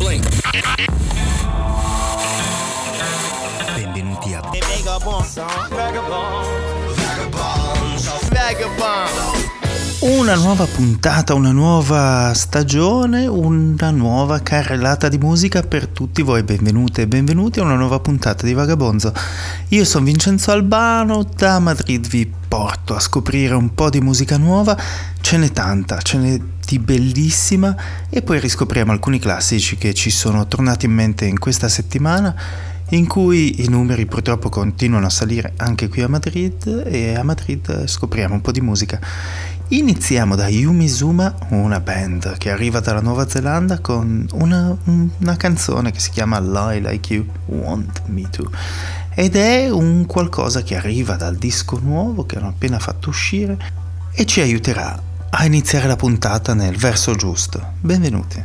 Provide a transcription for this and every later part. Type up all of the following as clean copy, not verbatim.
Blink. Benvenuti a una nuova puntata, una nuova stagione, una nuova carrellata di musica per tutti voi. Benvenute e benvenuti a una nuova puntata di Vagabonzo. Io sono Vincenzo Albano, da Madrid vi porto a scoprire un po' di musica nuova. Ce n'è tanta, ce n'è di bellissima, e poi riscopriamo alcuni classici che ci sono tornati in mente in questa settimana, in cui i numeri purtroppo continuano a salire anche qui a Madrid, e a Madrid scopriamo un po' di musica. Iniziamo da Yumizuma, una band che arriva dalla Nuova Zelanda con una canzone che si chiama Lie Like You Want Me To, ed è un qualcosa che arriva dal disco nuovo che hanno appena fatto uscire e ci aiuterà a iniziare la puntata nel verso giusto. Benvenuti.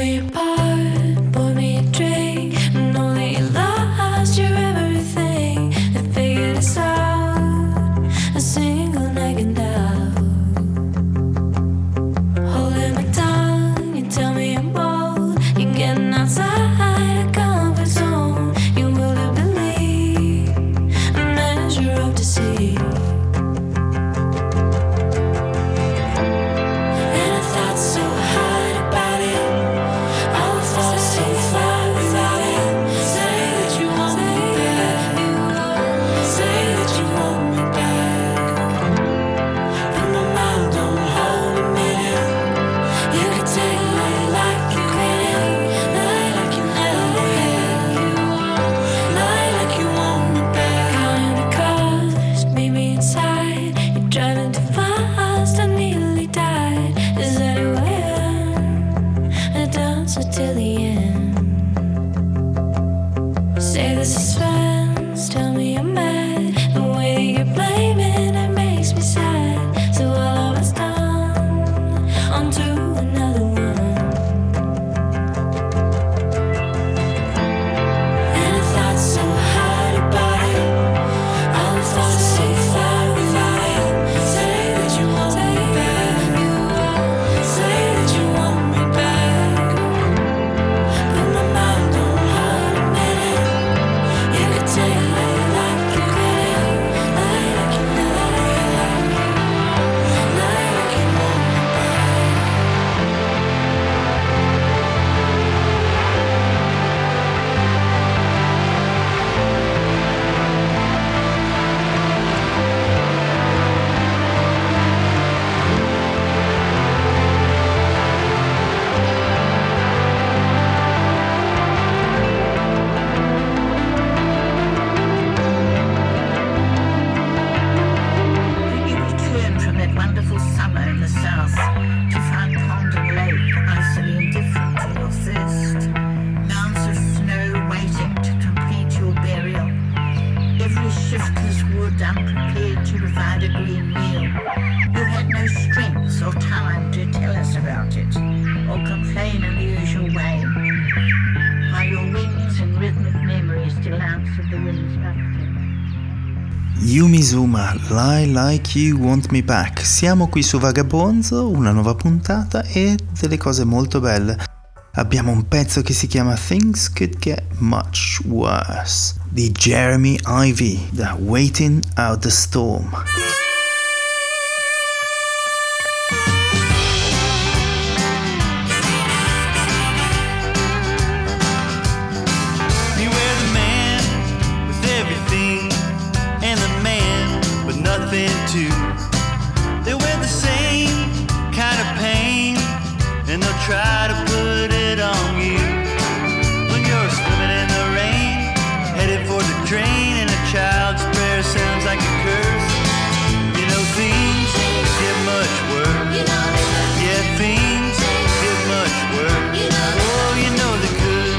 Yumizuma, Lie Like You Want Me Back. Siamo qui su Vagabonzo, una nuova puntata e delle cose molto belle. Abbiamo un pezzo che si chiama Things Could Get Much Worse di Jeremy Ivy da Waiting Out the Storm. Try to put it on you when you're swimming in the rain, headed for the drain, and a child's prayer sounds like a curse. You know things get much worse. Yeah, things get much worse. Oh, you know they could.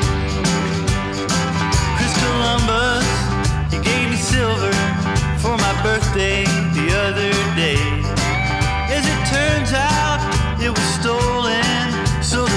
Chris Columbus, he gave me silver for my birthday the other day. As it turns out, it was stolen, so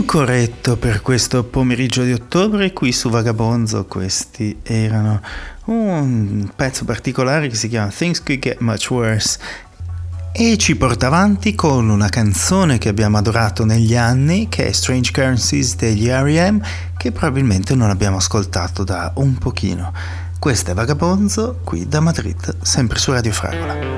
Corretto per questo pomeriggio di ottobre qui su Vagabonzo. Questi erano un pezzo particolare che si chiama Things Could Get Much Worse e ci porta avanti con una canzone che abbiamo adorato negli anni, che è Strange Currencies degli R.E.M., che probabilmente non abbiamo ascoltato da un pochino. Questo è Vagabonzo qui da Madrid, sempre su Radio Fragola.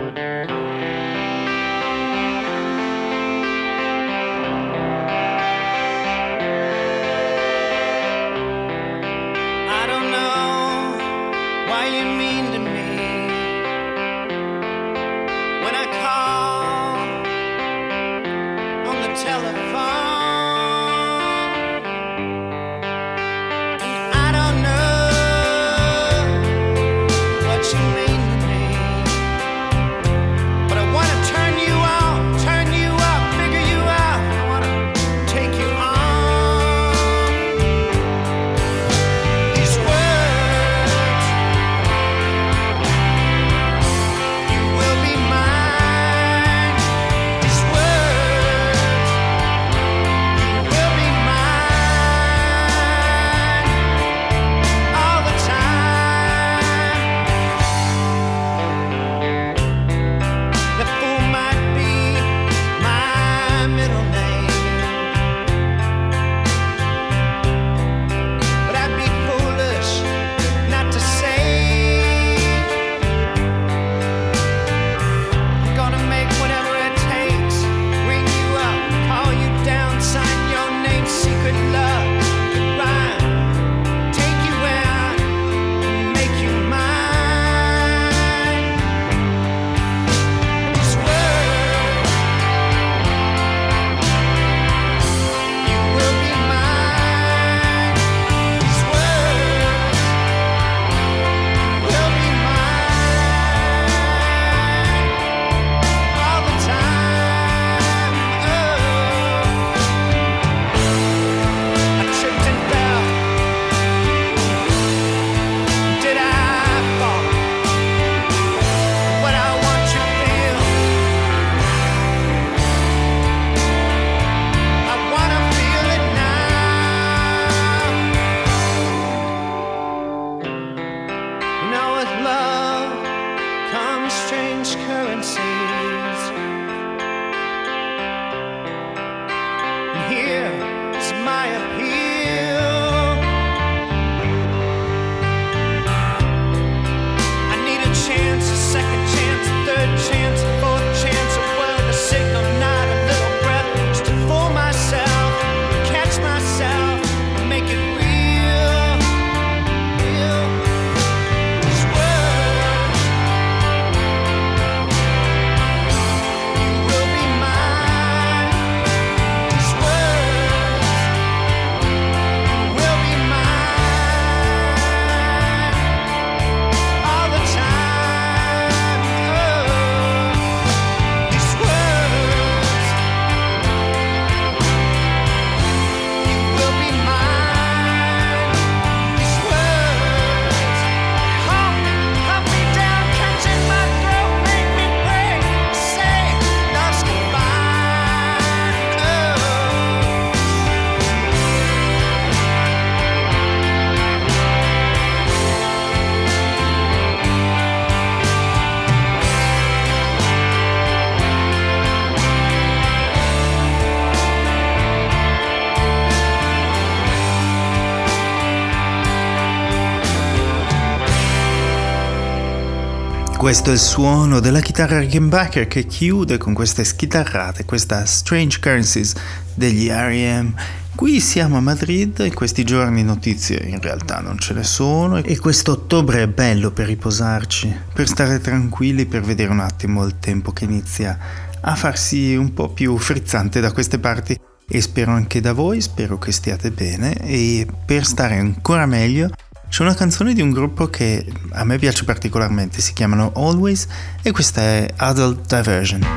Questo è il suono della chitarra Rickenbacker che chiude con queste schitarrate, questa Strange Currencies degli R.E.M. Qui siamo a Madrid, in questi giorni notizie in realtà non ce ne sono e questo ottobre è bello per riposarci, per stare tranquilli, per vedere un attimo il tempo che inizia a farsi un po' più frizzante da queste parti e spero anche da voi, spero che stiate bene e per stare ancora meglio c'è una canzone di un gruppo che a me piace particolarmente, si chiamano Always e questa è Adult Diversion.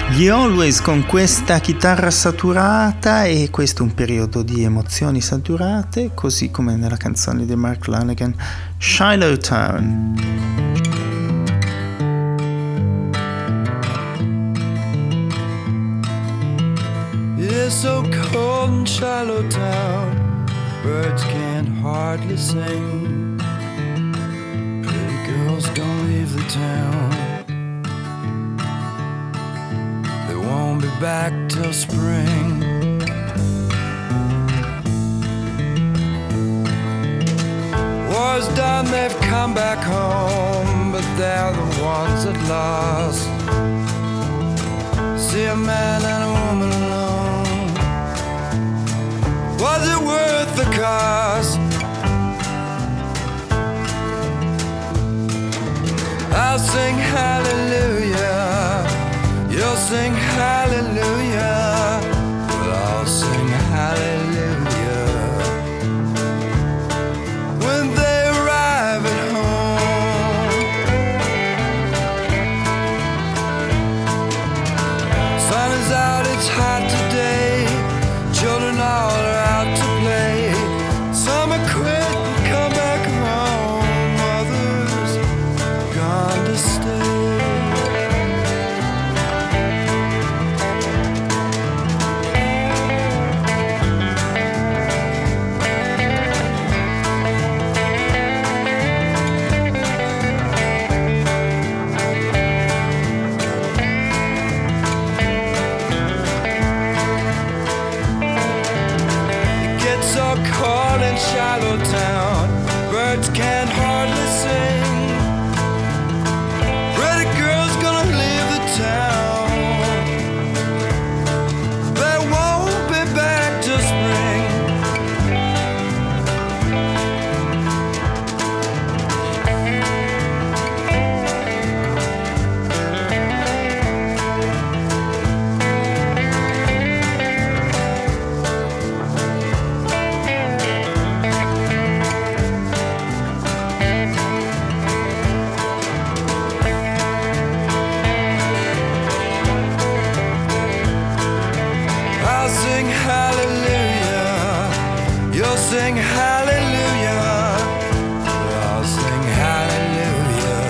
Gli Always con questa chitarra saturata, e questo è un periodo di emozioni saturate, così come nella canzone di Mark Lanegan, Shiloh Town. It's so cold in Shiloh Town, birds can't hardly sing. Pretty girls don't leave the town, they won't be back till spring. War's done, they've come back home, but they're the ones at last. See a man and a woman alone, was it worth the cost? I'll sing hallelujah, you'll sing hallelujah, well, I'll sing hallelujah when they arrive at home. Sun is out, it's hot today, children all are out to play. Some are quit and come back home, others gone to stay. Cold in Shiloh Town, birds can't hardly sing. Pretty girls gonna leave the town, they won't be back till spring. I'll sing hallelujah, you'll sing hallelujah, I'll sing hallelujah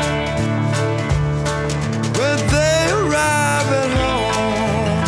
when they arrive at home.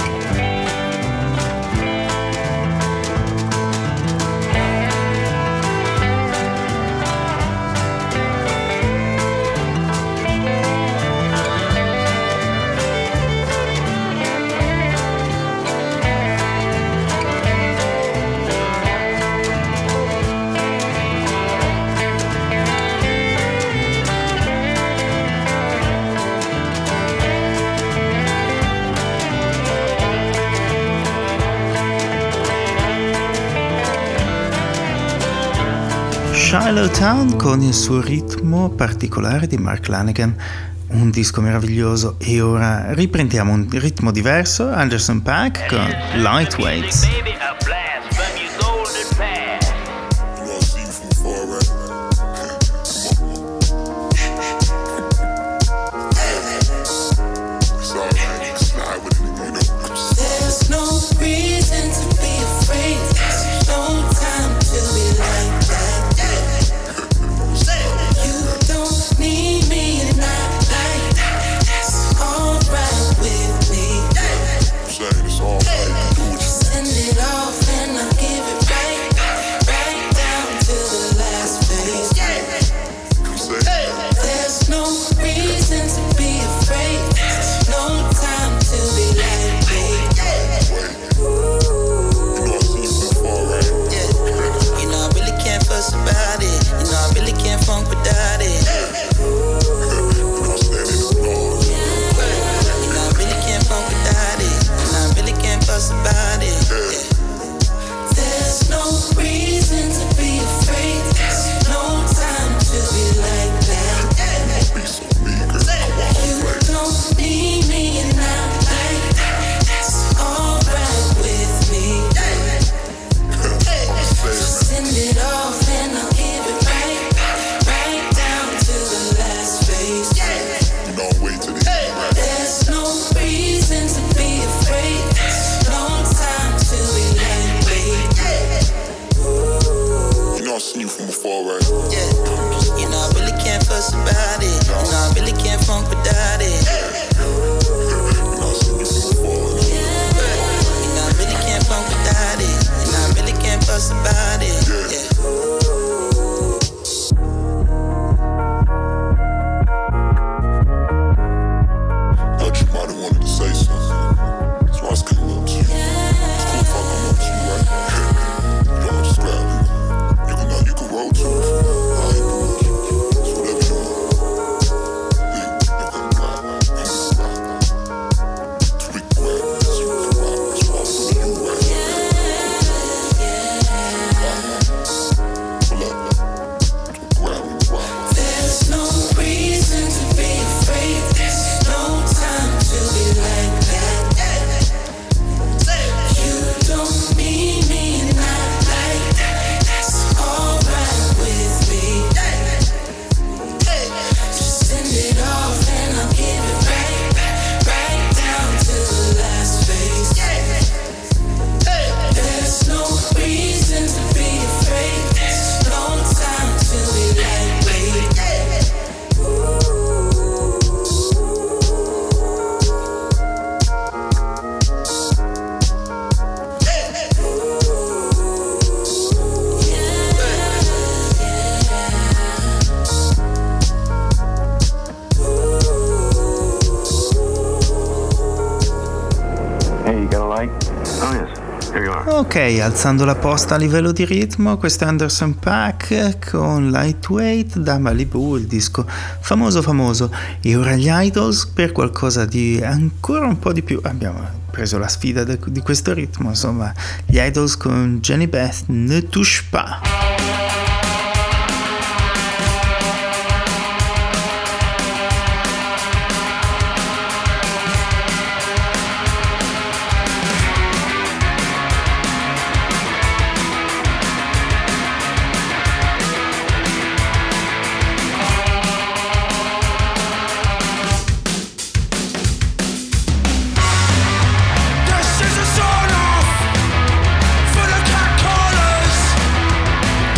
Shiloh Town con il suo ritmo particolare di Mark Lanegan, un disco meraviglioso. E ora riprendiamo un ritmo diverso, Anderson .Paak con Lightweights. There's no reason to be afraid, no time to be like that. You don't need me and that's alright with me. Send it all Mike? Oh, yes. Here you are. Ok, alzando la posta a livello di ritmo, questo è Anderson .Paak con Lightweight da Malibu, il disco famoso. E ora gli Idols per qualcosa di ancora un po' di più. Abbiamo preso la sfida di questo ritmo, insomma. Gli Idols con Jenny Beth, Ne touche pas. This is a sign off for the cat callers.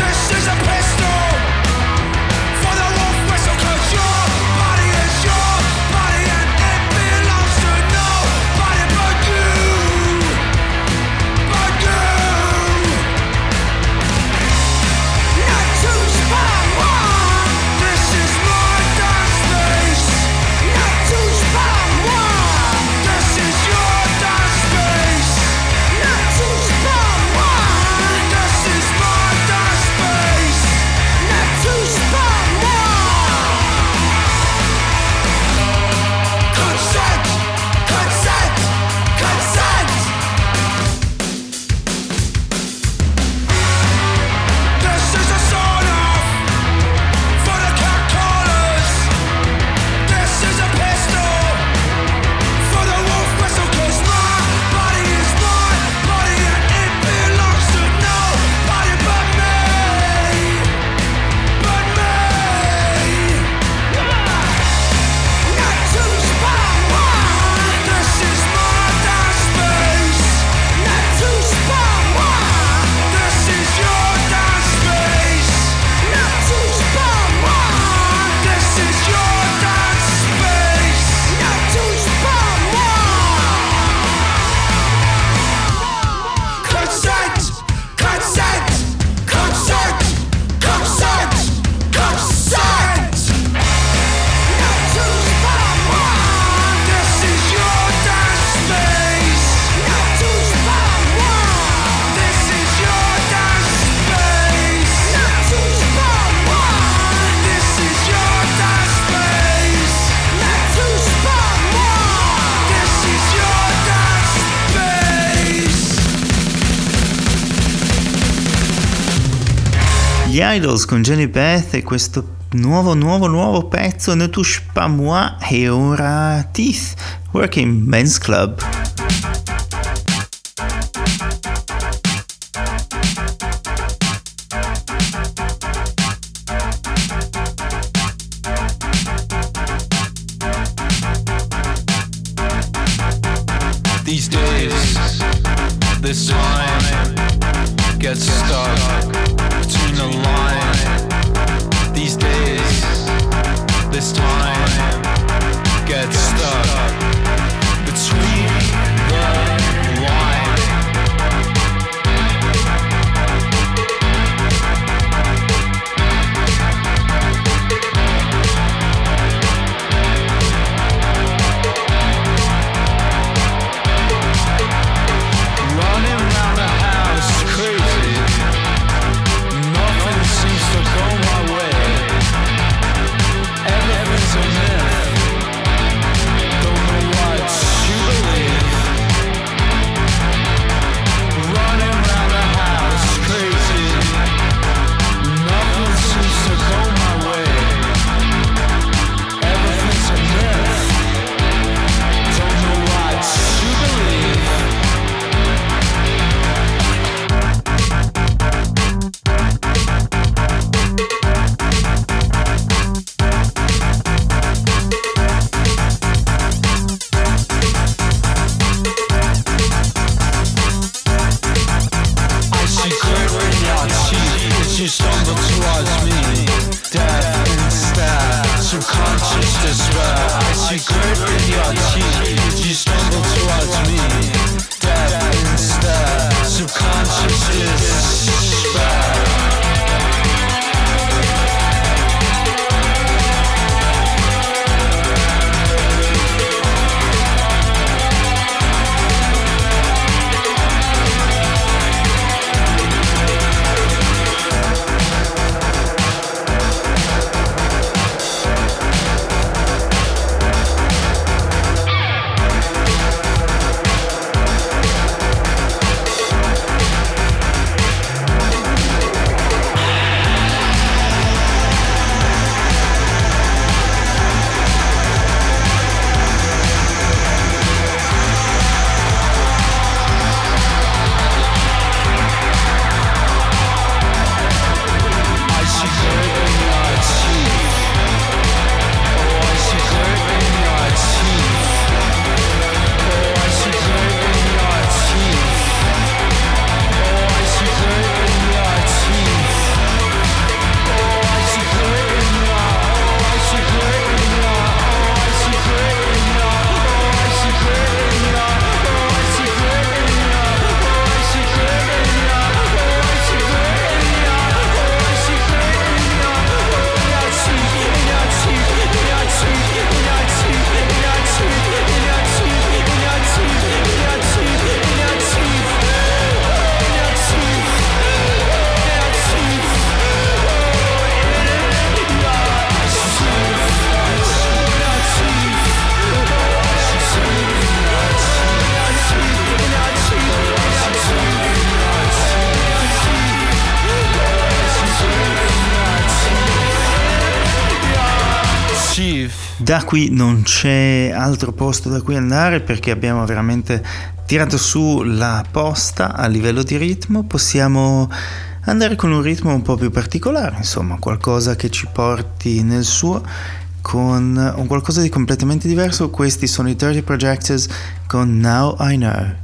Gli Idols con Jenny Beth e questo nuovo pezzo Ne touche pas moi, e ora Teeth, Working Men's Club. These days, this time gets stuck between the line. These days, this time gets stuck between the line. Running around the house crazy, nothing seems to go my way. Everything's a myth, Da qui non c'è altro posto da cui andare perché abbiamo veramente tirato su la posta a livello di ritmo. Possiamo andare con un ritmo un po' più particolare, insomma, qualcosa che ci porti nel suo, con un qualcosa di completamente diverso. Questi sono i 30 Projectors con Now I Know.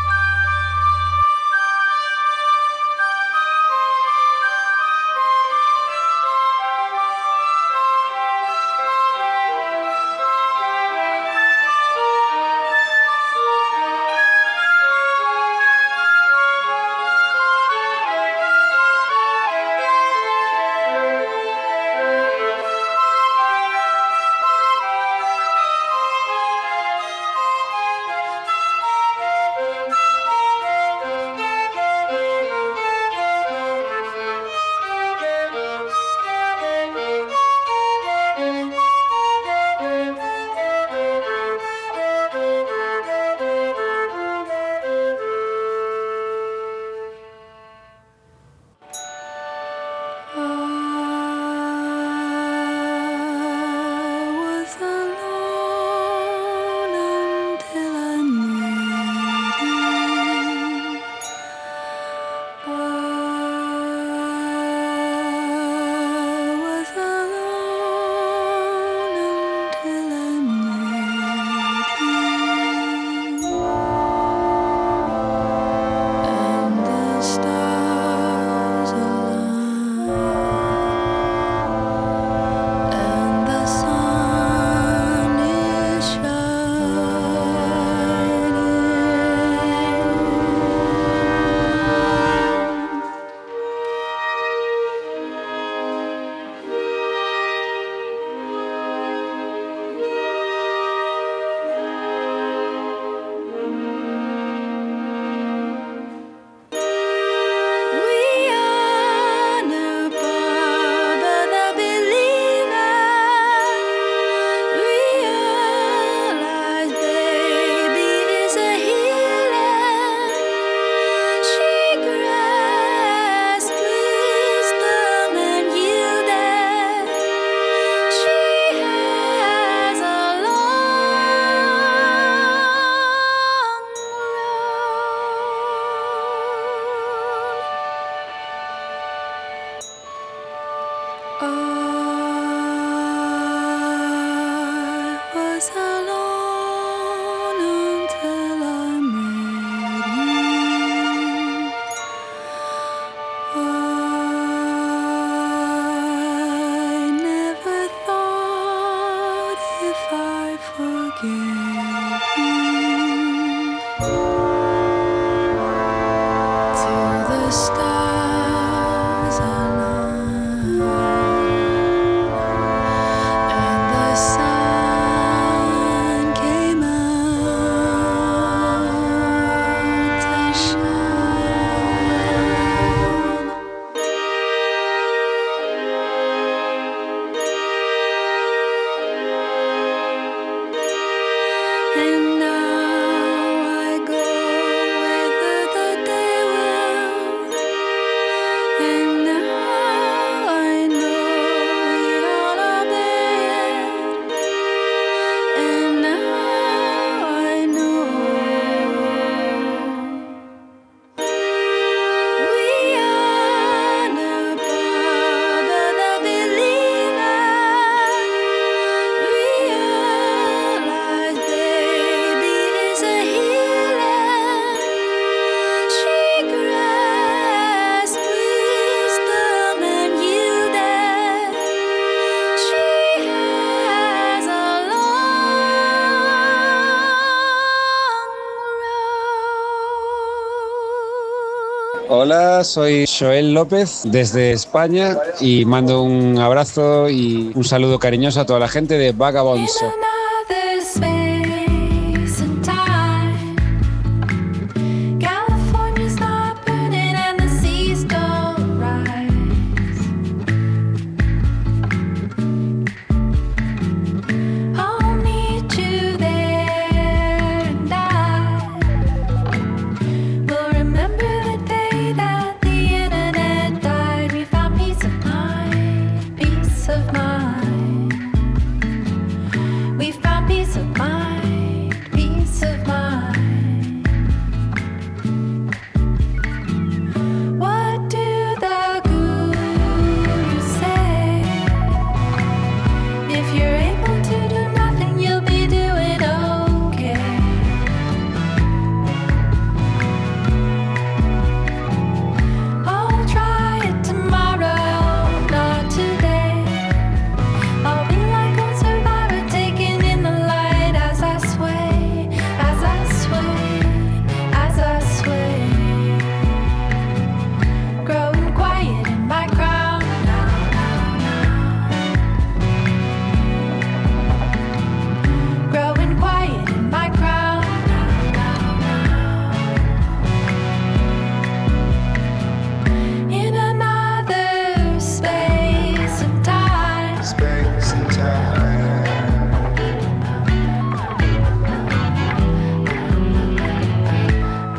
Hola, soy Joel López desde España y mando un abrazo y un saludo cariñoso a toda la gente de Vagabonzo.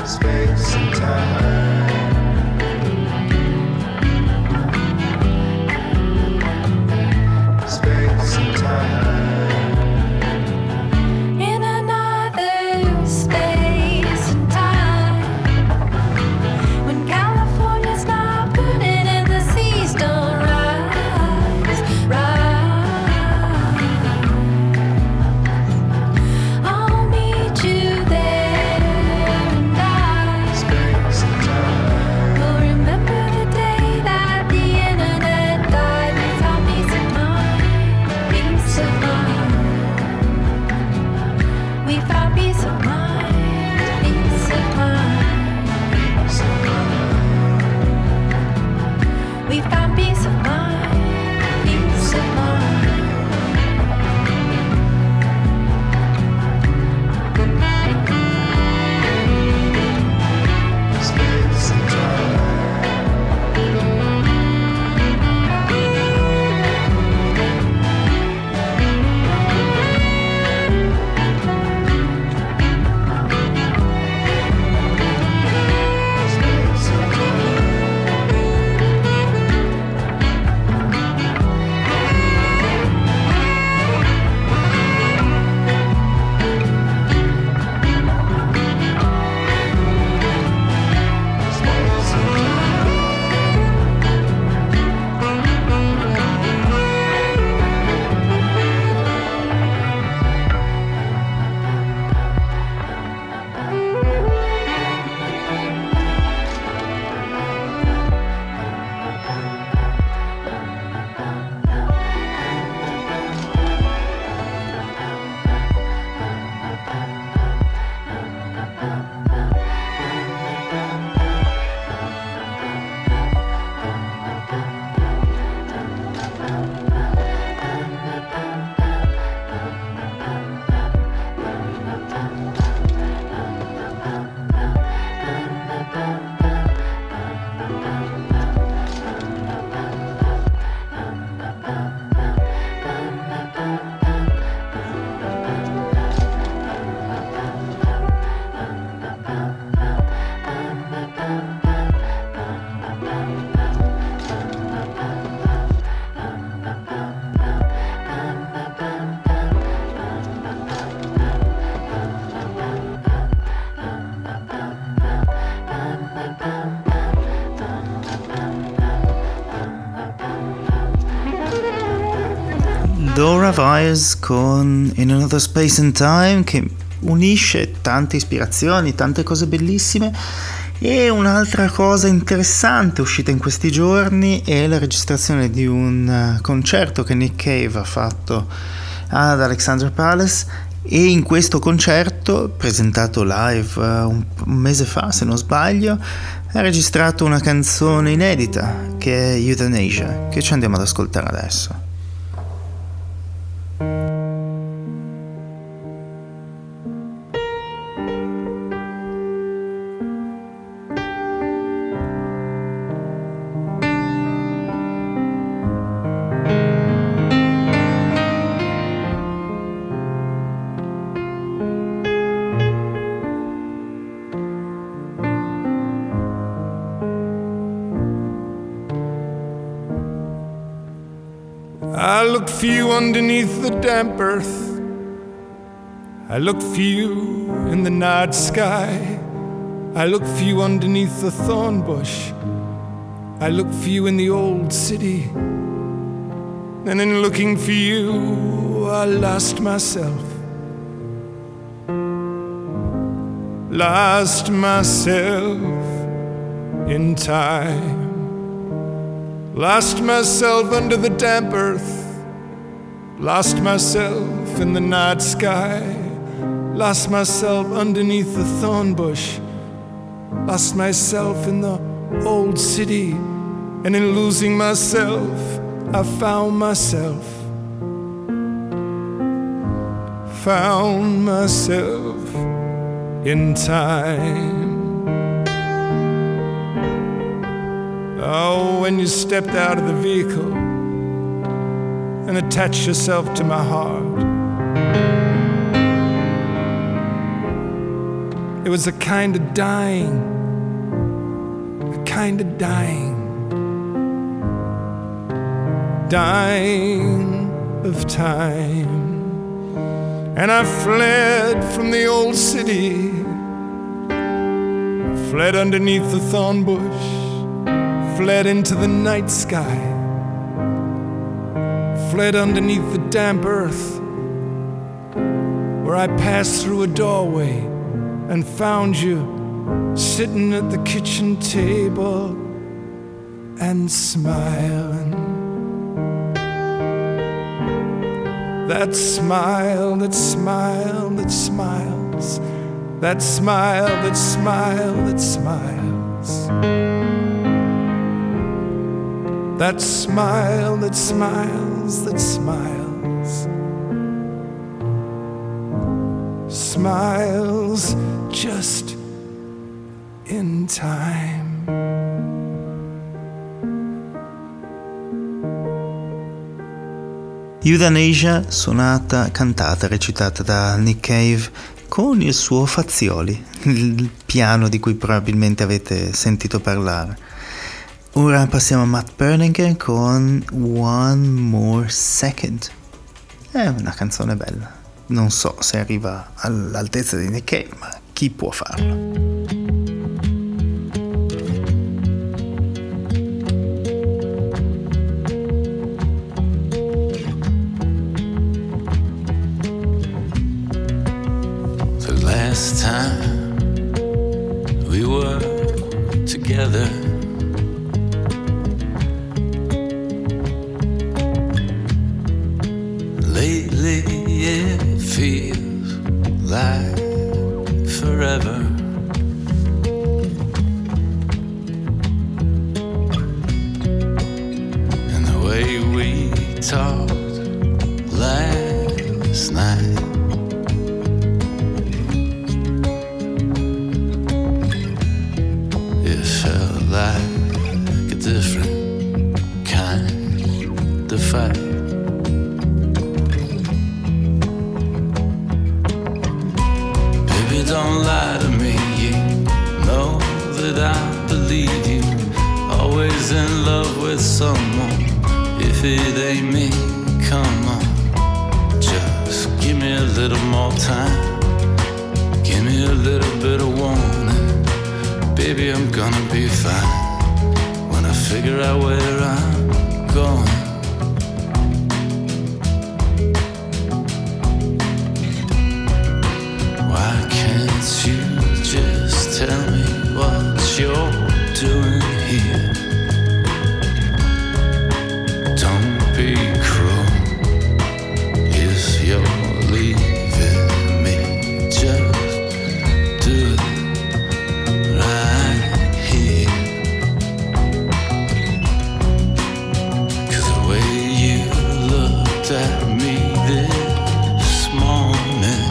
Space and time. Space and time. In another space and time, when California's not burning and the seas don't rise, I'll meet you there, and I Space and time. will remember the day that the internet died. We found peace of mind, peace of mind. We found peace of mind, peace of mind. We found peace of mind, peace of mind. Space and time. Space and Dora Vyers con In Another Space and Time, che unisce tante ispirazioni, tante cose bellissime. E un'altra cosa interessante uscita in questi giorni è la registrazione di un concerto che Nick Cave ha fatto ad Alexandra Palace, e in questo concerto, presentato live un mese fa se non sbaglio, ha registrato una canzone inedita che è Euthanasia, che ci andiamo ad ascoltare adesso. I look for you underneath the damp earth. I look for you in the night sky. I look for you underneath the thorn bush. I look for you in the old city. And in looking for you, I lost myself. Lost myself in time. Lost myself under the damp earth. Lost myself in the night sky. Lost myself underneath the thorn bush. Lost myself in the old city. And in losing myself, I found myself. Found myself in time. Oh, when you stepped out of the vehicle and attached yourself to my heart, It was a kind of dying, dying of time. And I fled from the old city, fled underneath the thorn bush, fled into the night sky, fled underneath the damp earth, where I passed through a doorway and found you sitting at the kitchen table and smiling. That smile that smile that smiles, that smile that smile that smiles, that smile that smiles that smiles, smiles just in time. Euthanasia, suonata, cantata, recitata da Nick Cave con il suo Fazzioli, il piano di cui probabilmente avete sentito parlare. Ora passiamo a Matt Berninger con One More Second. È una canzone bella. Non so se arriva all'altezza di Nick Cave, ma chi può farlo? Last time we were together, lately it feels like forever. And the way we talked last night, like a different kind of fight. Baby, don't lie to me. You know that I believe you. Always in love with someone. If it ain't me, come on. Just give me a little more time. Give me a little bit of warning. Baby, I'm gonna be fine when I figure out where I'm going. Why can't you just tell me what you're doing here? Don't be cruel if you're leaving me. Just do it. At me this morning,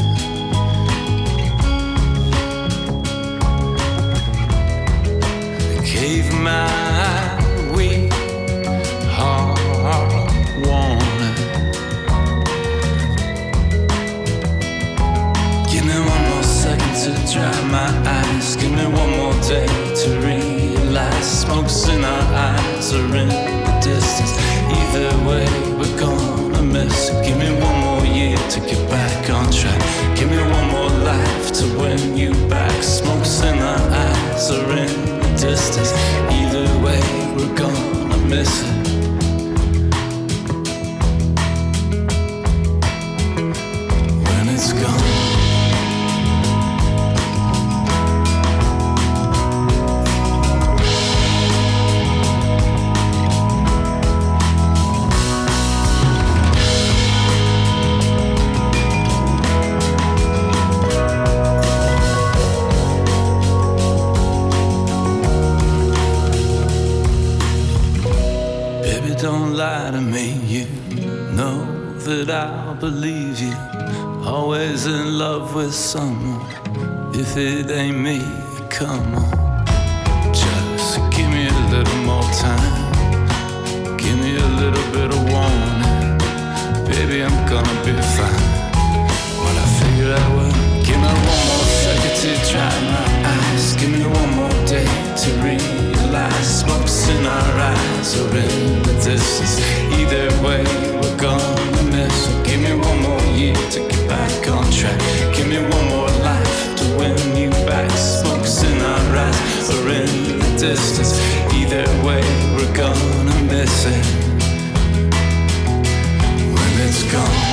gave my weak heart warning. Give me one more second to dry my eyes. Give me one more day to realize smoke's in our eyes or in the distance. Either way, we're gone. Give me one more year to get back on track. Give me one more life to win you back. Smoke's in our eyes or in the distance. Either way, we're gonna miss it. When it's gone. Don't lie to me, you know that I'll believe you. Always in love with someone. If it ain't me, come on. Just give me a little more time. Give me a little bit of warning. Baby, I'm gonna be fine when I figure out what. Give me one more second to to dry my eyes. Give me one more day to realize. Smoke's in our eyes or in the distance. Either way, we're gonna miss. Give me one more year to get back on track. Give me one more life to win you back. Smoke's in our eyes or in the distance. Either way, we're gonna miss it when it's gone.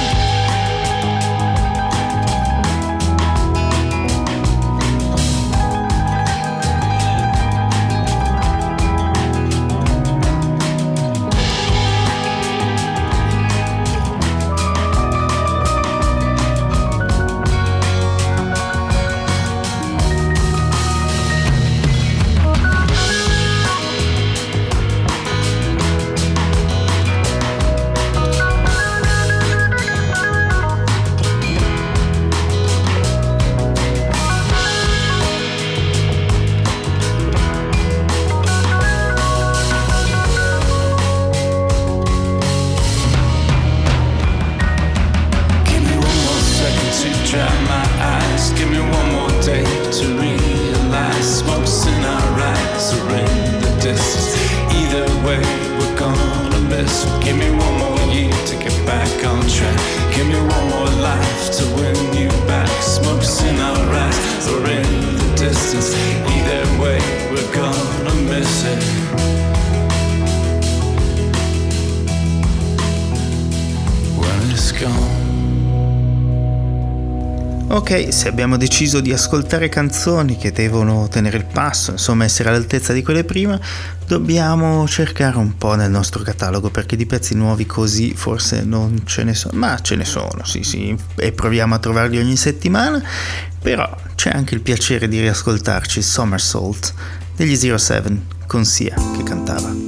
Ok, se abbiamo deciso di ascoltare canzoni che devono tenere il passo, insomma essere all'altezza di quelle prima, dobbiamo cercare un po' nel nostro catalogo, perché di pezzi nuovi così forse non ce ne sono, ma ce ne sono, sì, e proviamo a trovarli ogni settimana, però c'è anche il piacere di riascoltarci Somersault degli 07 con Sia che cantava.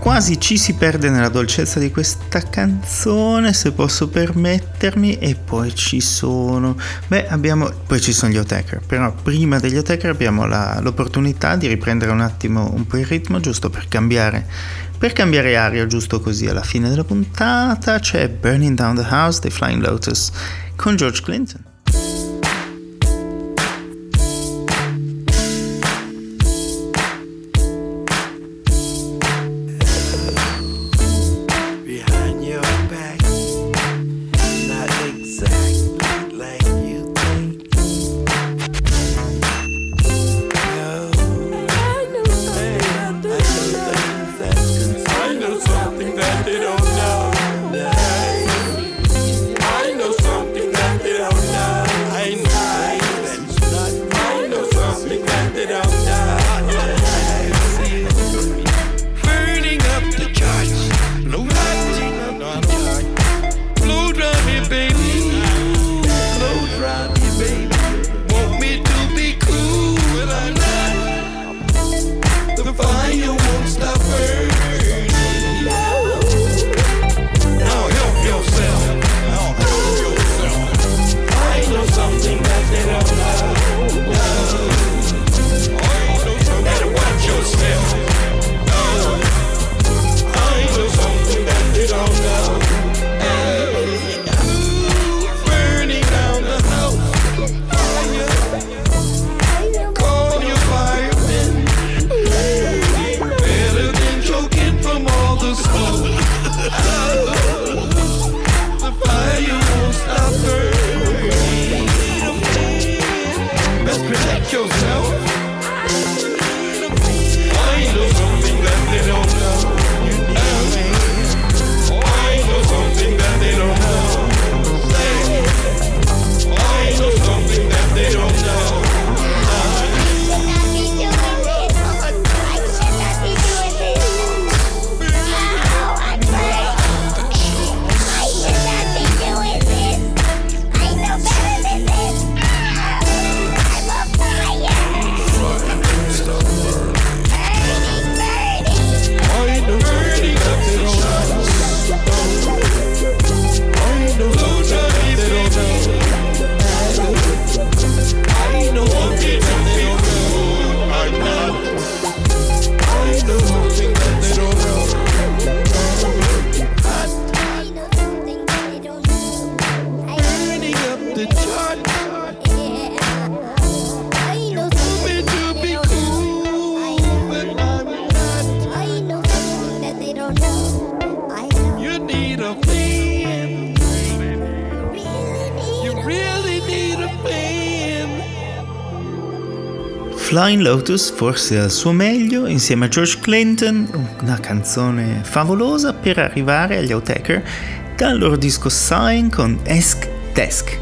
quasi ci si perde nella dolcezza di questa canzone, se posso permettermi, e poi ci sono gli Autechre, però prima degli Autechre abbiamo l'opportunità di riprendere un attimo un po' il ritmo, giusto per cambiare aria, giusto così alla fine della puntata. C'è Burning Down the House dei Flying Lotus con George Clinton. Behind your back, not exactly like you think. No, I know something that they don't know. I know something that they don't know. I know something that they don't know. Burning up the charts. Blow dry me, baby. Blow dry me, baby. Want me to be cool, but I'm not. The fire won't stop burning. Now help yourself. I know something that they don't know. Better watch yourself. I know something that they don't know. Burning down the house. Call your firemen. Better than choking from all the smoke. The fire won't stop burning. Best protect yourself. I know something that they don't know. I know something that they don't know. I know something that they don't know. Flying Lotus forse al suo meglio insieme a George Clinton, una canzone favolosa per arrivare agli Autechre dal loro disco Sign con Esk Desk.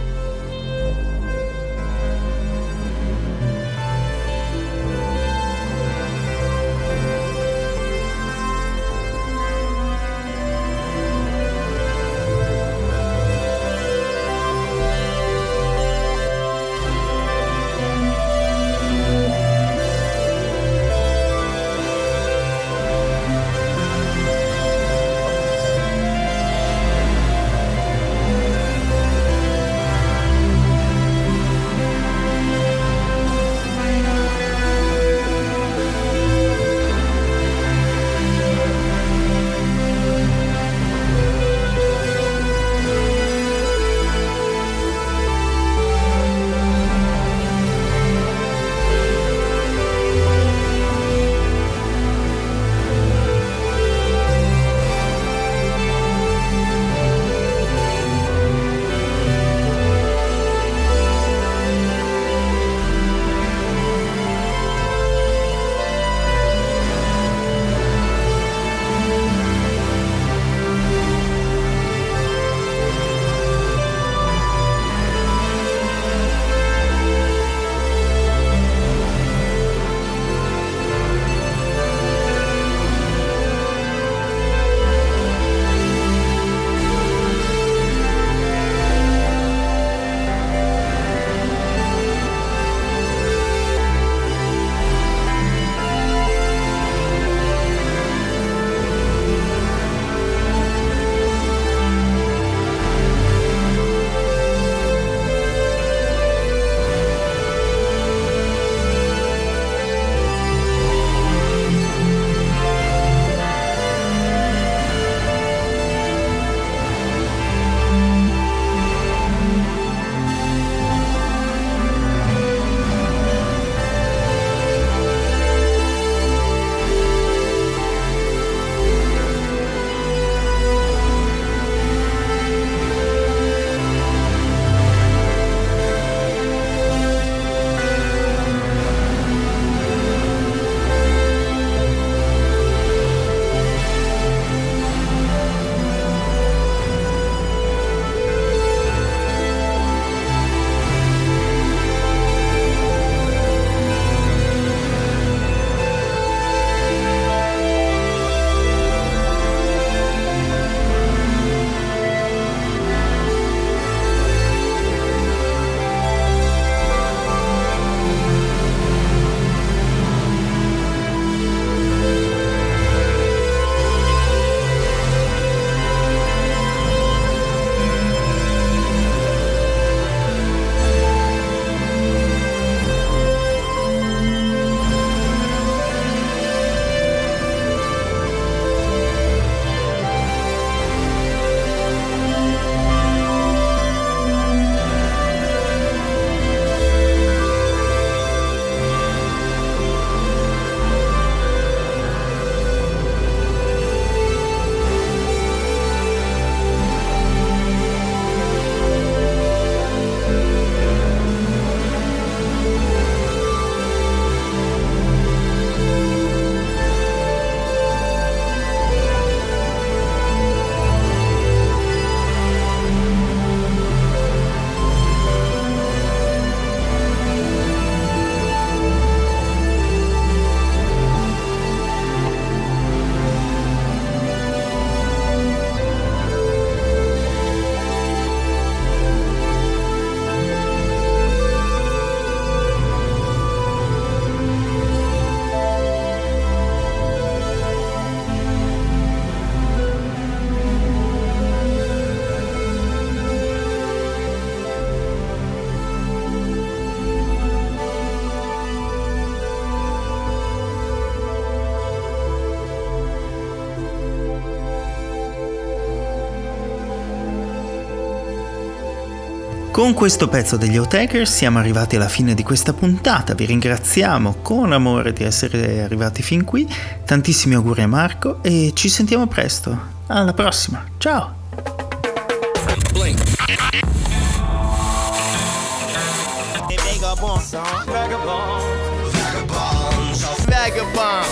Con questo pezzo degli Outakers siamo arrivati alla fine di questa puntata, vi ringraziamo con amore di essere arrivati fin qui, tantissimi auguri a Marco e ci sentiamo presto, alla prossima, ciao! Vagabond.